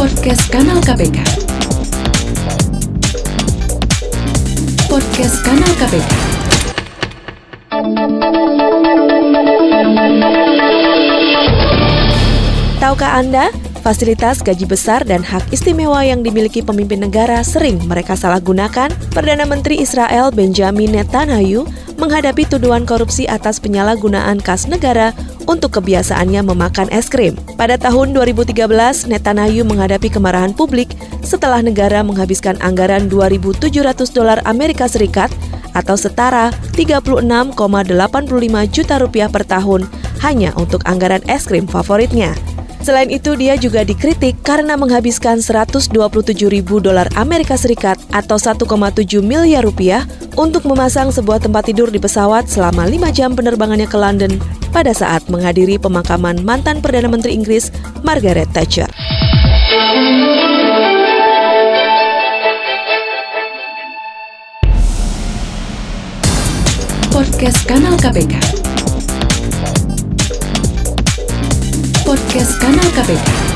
Podcast Kanal KPK. Podcast Kanal KPK. Tahukah Anda, fasilitas gaji besar dan hak istimewa yang dimiliki pemimpin negara sering mereka salahgunakan? Perdana Menteri Israel Benjamin Netanyahu menghadapi tuduhan korupsi atas penyalahgunaan kas negara untuk kebiasaannya memakan es krim. Pada tahun 2013, Netanyahu menghadapi kemarahan publik setelah negara menghabiskan anggaran $2.700 Amerika Serikat atau setara 36,85 juta rupiah per tahun hanya untuk anggaran es krim favoritnya. Selain itu, dia juga dikritik karena menghabiskan $127.000 Amerika Serikat atau 1,7 miliar rupiah untuk memasang sebuah tempat tidur di pesawat selama 5 jam penerbangannya ke London pada saat menghadiri pemakaman mantan Perdana Menteri Inggris Margaret Thatcher. Podcast Kanal KPK. Podcast Kanal KPK.